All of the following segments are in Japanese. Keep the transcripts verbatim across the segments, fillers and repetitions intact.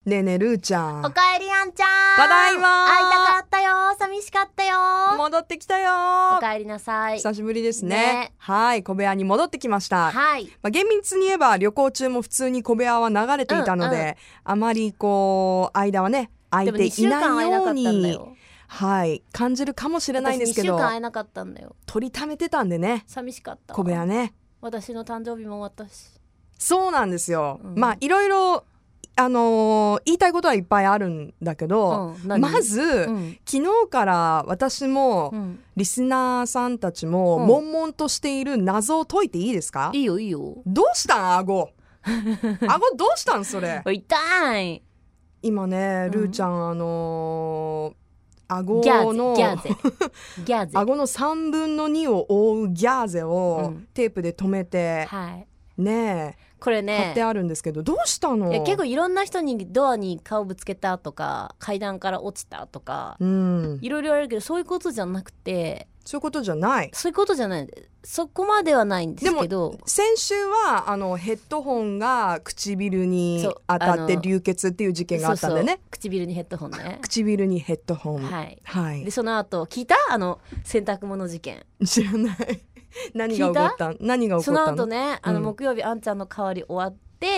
ねえねえルーちゃん。 おかえりあんちゃん。 ただいま。 会いたかったよ、寂しかったよ。 戻ってきたよ。 おかえりなさい。 久しぶりですね。 ねはい、小部屋に戻ってきました。 はい、 まあ、厳密に言えば旅行中も普通に小部屋は流れていたので、うんうん、あまりこう間はね空いていないようにはい感じるかもしれないんですけど、 私にしゅうかん会えなかったんだよ。 取りためてたんでね。 寂しかった小部屋ね。 私の誕生日も終わったし。そうなんですよ、うん、まあいろいろあのー、言いたいことはいっぱいあるんだけど、うん、まず、うん、昨日から私も、うん、リスナーさんたちも、うん、悶々としている謎を解いていいですか？ いいよいいよ。 どうしたん顎顎どうしたんそれ痛い。 今ねルーちゃん、うん、あのー、顎のギャーゼギャーゼ顎のさんぶんのにを覆うギャーゼをテープで留めて、うんはい、ねえこれね貼ってあるんですけど、どうしたの？ いや結構いろんな人にドアに顔ぶつけたとか階段から落ちたとか、うん、いろいろあるけどそういうことじゃなくて。 そういうことじゃないそういうことじゃないそこまではないんですけど、 でも先週はあのヘッドホンが唇に当たって流血っていう事件があったんでね。そうそう唇にヘッドホンね唇にヘッドホンはい、はい、でその後聞いたあの洗濯物事件知らない何が起こった何が起こったの？ その後ねあの木曜日、うん、あんちゃんの代わり終わって、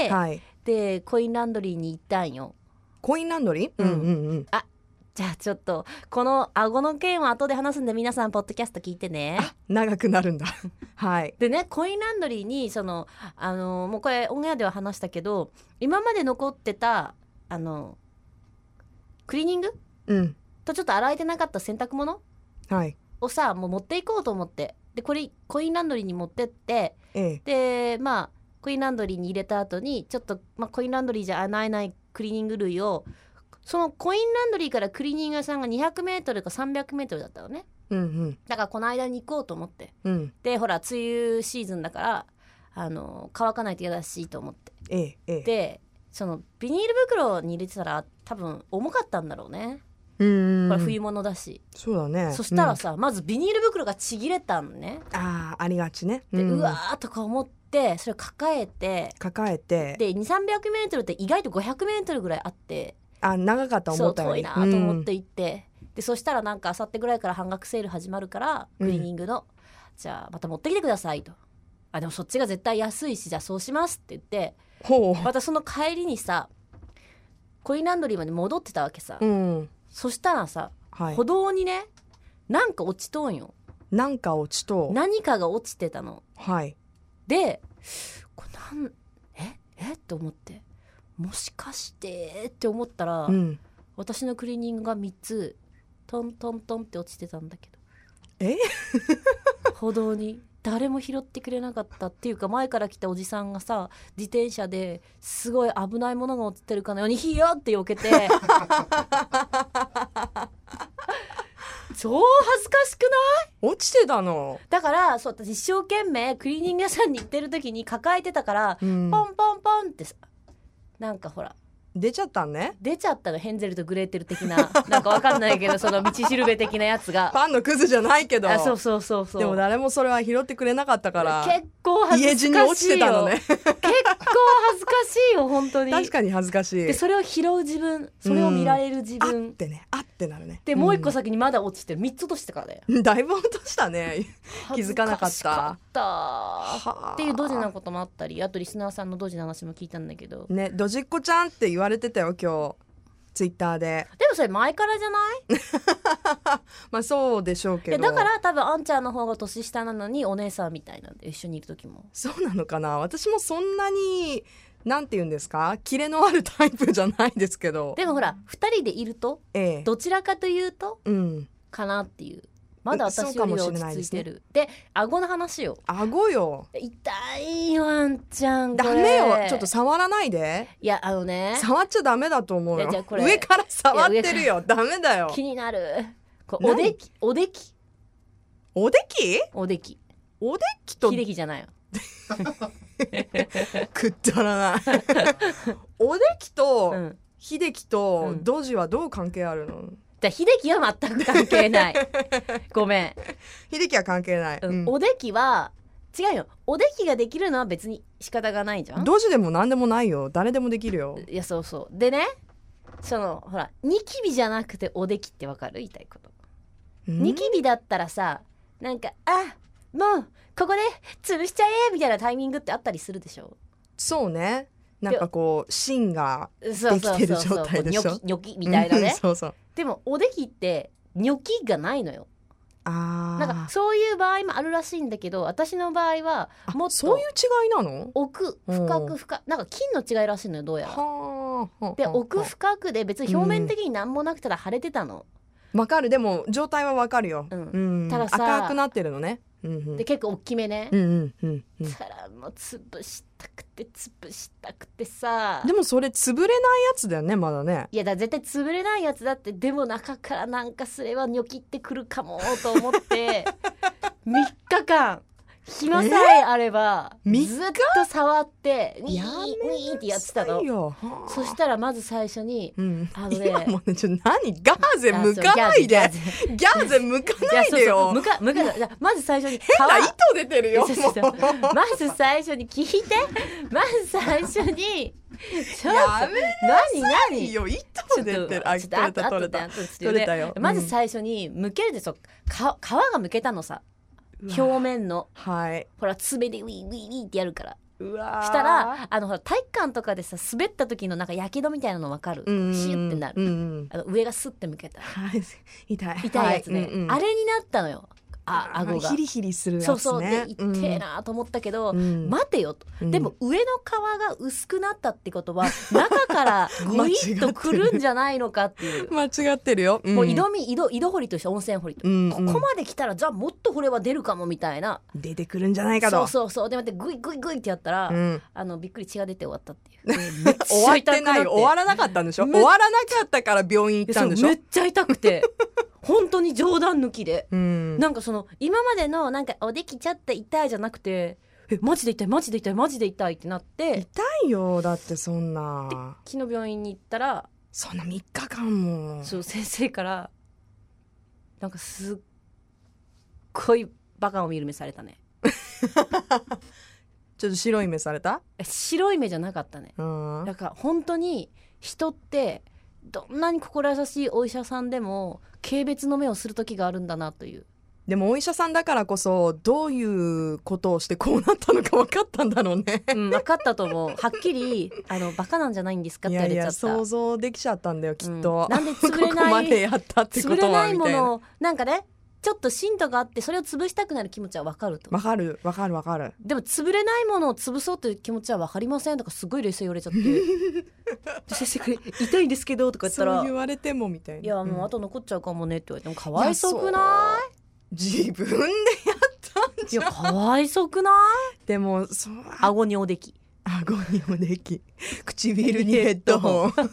はい、でコインランドリーに行ったんよ。 コインランドリー、うん、うんうんうんあじゃあちょっとこの顎の件は後で話すんで皆さんポッドキャスト聞いてね。 あ長くなるんだはいでねコインランドリーにそのあのもうこれオンエアでは話したけど今まで残ってたあのクリーニング、うん、とちょっと洗えてなかった洗濯物、はい、をさもう持っていこうと思ってでこれコインランドリーに持ってって、ええ、でまあコインランドリーに入れた後にちょっと、まあ、コインランドリーじゃ洗えないクリーニング類をそのコインランドリーからクリーニング屋さんがにひゃくメートルかさんびゃくメートルだったのね、うんうん、だからこの間に行こうと思って、うん、でほら梅雨シーズンだからあの乾かないと嫌だしと思って、ええええ、でそのビニール袋に入れてたら多分重かったんだろうね。うんこれ冬物だしそうだね。 そしたらさ、うん、まずビニール袋がちぎれたのね。 ああありがちね、 うん、でうわーとか思ってそれを抱えて抱えてでにひゃくさんびゃくメートルって意外とごひゃくメートルぐらいあってあ長かった思ったよりそう遠いなと思って行って、うん、でそしたらなんかあさってぐらいから半額セール始まるからクリーニングの、うん、じゃあまた持ってきてくださいと。あでもそっちが絶対安いしじゃあそうしますって言ってほうまたその帰りにさコインランドリーまで戻ってたわけさ、うん、そしたらさ、はい、歩道にねなんか落ちとんよ。 なんか落ちと何かが落ちてたの、はい、でこれなんええって思ってもしかしてって思ったら、うん、私のクリーニングがみっつトントントンって落ちてたんだけどえ歩道に誰も拾ってくれなかったっていうか前から来たおじさんがさ自転車ですごい危ないものが落ちてるかのようにヒヤって避けて超恥ずかしくない？ 落ちてたの？ だからそう私一生懸命クリーニング屋さんに行ってる時に抱えてたから、うん、ポンポンポンってさなんかほら出ちゃったね。 出ちゃったのヘンゼルとグレーテル的ななんかわかんないけどその道しるべ的なやつがパンのクズじゃないけどあそうそうそうそうでも誰もそれは拾ってくれなかったから結構恥ずかしいよ。 家路に落ちてたのね結構恥ずかしいよ本当に。 確かに恥ずかしい。 でそれを拾う自分それを見られる自分、うん、 あってねあってなるね。 でもう一個先にまだ落ちてるみっつ落ちてからね、 うん、だいぶ落としたね気づかなかった。恥ずかしかったっていうドジなこともあったりあとリスナーさんのドジな話も聞いたんだけどねドジっ子ちゃんって言われてたよ今日ツイッターで。 でもそれ前からじゃないまあそうでしょうけどだから多分あんちゃんの方が年下なのにお姉さんみたいなんで一緒にいる時もそうなのかな。私もそんなになんて言うんですかキレのあるタイプじゃないですけどでもほらふたりでいると、ええ、どちらかというと、うん、かなっていうまだ私よりは落ち着いてる で,、ね、で顎の話よ。 顎よ痛いよあんちゃんこれダメよちょっと触らないで。 いやあのね触っちゃダメだと思うよ。上から触ってるよダメだよ。 気になるこおできおできおできおできおできと秀樹じゃないよくっだらないおできと、うん、秀樹とドジはどう関係あるの？ じゃあ秀樹は全く関係ないごめん秀樹は関係ない、 うん、おできは違うよ。おできができるのは別に仕方がないじゃん。 ドジでも何でもないよ誰でもできるよ。 いやそうそうでねそのほらニキビじゃなくておできってわかる？言いたいこと。ニキビだったらさ、なんかあもうここで潰しちゃえみたいなタイミングってあったりするでしょ。 そうね、なんかこう芯ができてる状態でしょ。 ニョキニョキみたいなね、 うん、そうそう。でもおできってニョキがないのよ。 あなんかそういう場合もあるらしいんだけど、私の場合はもっとそういう違いなの？ 奥深く深く、なんか菌の違いらしいのよ、どうやら。で奥深くで別に表面的に何もなくたら腫れてたの。 わ、うん、かる。でも状態はわかるよ、 うんうん、たださ赤くなってるのね、うんうん、 で結構大きめね、 うんうんうんうん、 たらもう潰したくて潰したくてさ。 でもそれ潰れないやつだよね、まだね。 いやだ絶対潰れないやつだって。でも中からなんかすればニョキってくるかもと思ってみっかかん暇さえあればずっと触ってウィーンウィーンってやってたの。そしたらまず最初に、うん、あのね、 今もうねちょ何ガーゼ向かないで、ギャーゼ向かないでよ。 向か向かまず最初に変な糸出てるよ。 まず最初に聞いて、まず最初にちょっとやめなさいよ、糸出てる。あ、取れた取れた取れたよ。 まず最初に剥けるでしょ、皮が剥けたのさ、表面の、 はい、 ほら爪でウィーウィーウィーってやるから。 うわしたらあのほら体育館とかでさ滑った時のなんかやけどみたいなの分かる？シュッてなる、うんうん、あの上がスッて向けたら、 はい、痛い痛いやつね、はいうんうん、あれになったのよ。あ顎がヒリヒリするやつね。 そうそうで痛えなと思ったけど、うん、待てよと、うん、でも上の皮が薄くなったってことは中からグイッとくるんじゃないのかっていう間違ってるよ、 うん、もう井戸み井戸井戸掘りとして温泉掘りと、うんうん、ここまで来たらじゃあもっとこれは出るかもみたいな、 出てくるんじゃないかと。 そうそうそうで待ってグイグイグイってやったら、うん、あのびっくり血が出て終わったっていう終わってないよ、終わらなかったんでしょ。終わらなかったから病院行ったんでしょ。 めっちゃ痛くて本当に冗談抜きで、うん、なんかその今までのなんかおできちゃって痛いじゃなくて、えマジで痛いマジで痛いマジで痛いってなって、 痛いよだってそんな。 昨日病院に行ったらそんなみっかかんもそう先生からなんかすっごいバカを見る目されたねちょっと白い目された？ 白い目じゃなかったね、うん、だから本当に人ってどんなに心優しいお医者さんでも軽蔑の目をする時があるんだなという。 でもお医者さんだからこそどういうことをしてこうなったのか分かったんだろうね、 うん、分かったと思う。はっきりあのバカなんじゃないんですかって言われちゃった。 いやいや想像できちゃったんだよきっと、 うん、なんで潰れないここまでやったってことはみたいな。潰れないものをなんかねちょっと芯とかあってそれを潰したくなる気持ちは分かると。 分かる分かる分かる。 でも潰れないものを潰そうという気持ちは分かりませんとかすごい冷静言われちゃって先生これ痛いんですけどとか言ったらそう言われてもみたいな。 いやもうあと残っちゃうかもねって言われてもかわいそくない？ 自分でやったんじゃん。 いやかわいそくない？ でもそう顎におでき顎におでき唇にヘッドホン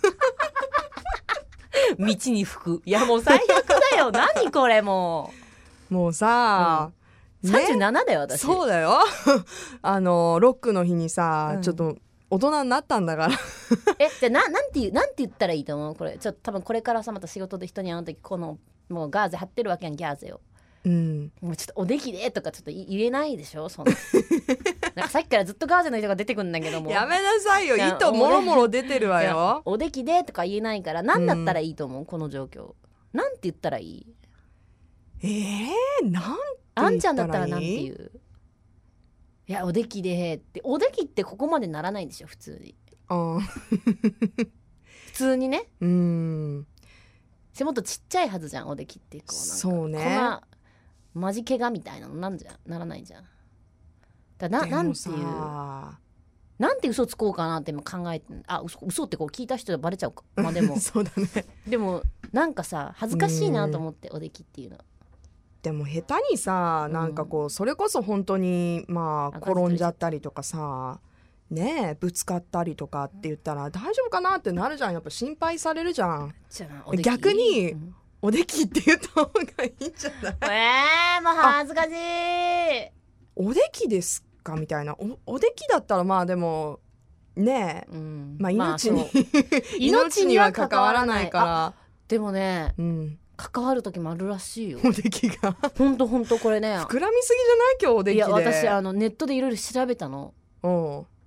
道に服。いやもう最悪だよ何これもうもうさ、 うん、さんじゅうななだよ私。 そうだよあのロックの日にさ、うん、ちょっと大人になったんだからえじゃあななんてなんて言ったらいいと思う？これちょっと多分これからさまた仕事で人に会う時このもうガーゼ貼ってるわけやんギャーゼを、うん、もうちょっとおできでとかちょっと言えないでしょそんななんかさっきからずっとガーゼの人が出てくるんだけどもやめなさいよ糸もろもろ出てるわよ。 おできでとか言えないから何だったらいいと思う、うん、この状況なんて言ったらいい？ えー、なんて言ったらいい？ あんちゃんだったらなんて言う？いやおできでっておできってここまでならないんでしょ普通にあ普通にねうんもっとちっちゃいはずじゃんおできってこうなんかそうねこんなマジ毛がみたいなのなんじゃならないじゃん。だななんていうなんて嘘つこうかなって今考えてあ 嘘, 嘘ってこう聞いた人はバレちゃうかまあでもそうだねでもなんかさ恥ずかしいなと思っておできっていうのでも下手にさなんかこうそれこそ本当にまあ転んじゃったりとかさねえぶつかったりとかって言ったら大丈夫かなってなるじゃん。やっぱ心配されるじゃん。 じゃあ逆に、うん、おできって言った方がいいんじゃないえー、もう恥ずかしい。 おできですかみたいな お, おできだったらまあでもねえ、うん、まあ命に、まあ、命には関わらないからでもね、うん関わる時もあるらしいよおできがほんとほんとこれね膨らみすぎじゃない今日おできで。 いや私あのネットでいろいろ調べたの。お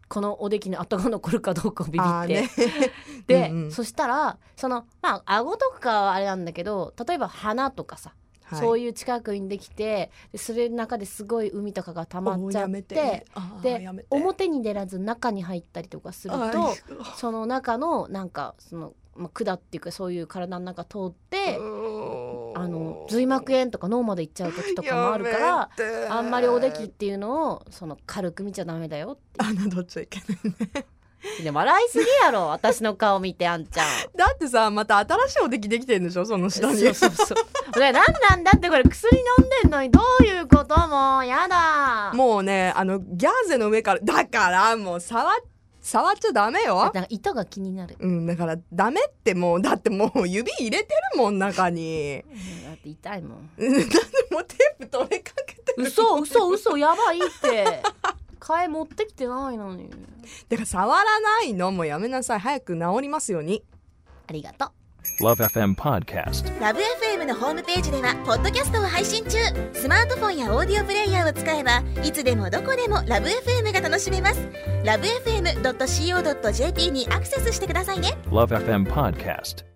このおできに跡が残るかどうかをビビって、ね、で、うんうん、そしたらそのまあ顎とかはあれなんだけど、例えば鼻とかさ、はい、そういう近くにできて、でそれの中ですごい海とかが溜まっちゃって、で表に出らず中に入ったりとかすると、その中のなんかその、まあ、管っていうかそういう体の中通ってあの髄膜炎とか脳まで行っちゃう時とかもあるから、あんまりおできっていうのをその軽く見ちゃダメだよっていう。 侮っちゃいけないね。 で笑いすぎやろ私の顔見てあんちゃん。 だってさ、また新しいおできできてんでしょ、その下に。 そうそうそう何なんだってこれ、薬飲んでんのにどういうこと？もうやだ。 もうね、あのギャーゼの上からだからもう触触っちゃダメよ。 なんか糸が気になる。 うん、だからダメってもうだってもう指入れてるもん中に。 だって痛いもん。 なんでもうテープ取れかけてる。 嘘嘘嘘やばいって。替え持ってきてないのに。 だから触らないのもやめなさい。早く治りますように。 ありがとう。 LoveFM Podcast。 ラブ エフエム のホームページではポッドキャストを配信中。スマートフォンやオーディオプレイヤーを使えばいつでもどこでもラブ エフエム が楽しめます。ラブエフエムドットシーオードットジェーピー にアクセスしてくださいね。 LoveFM Podcast。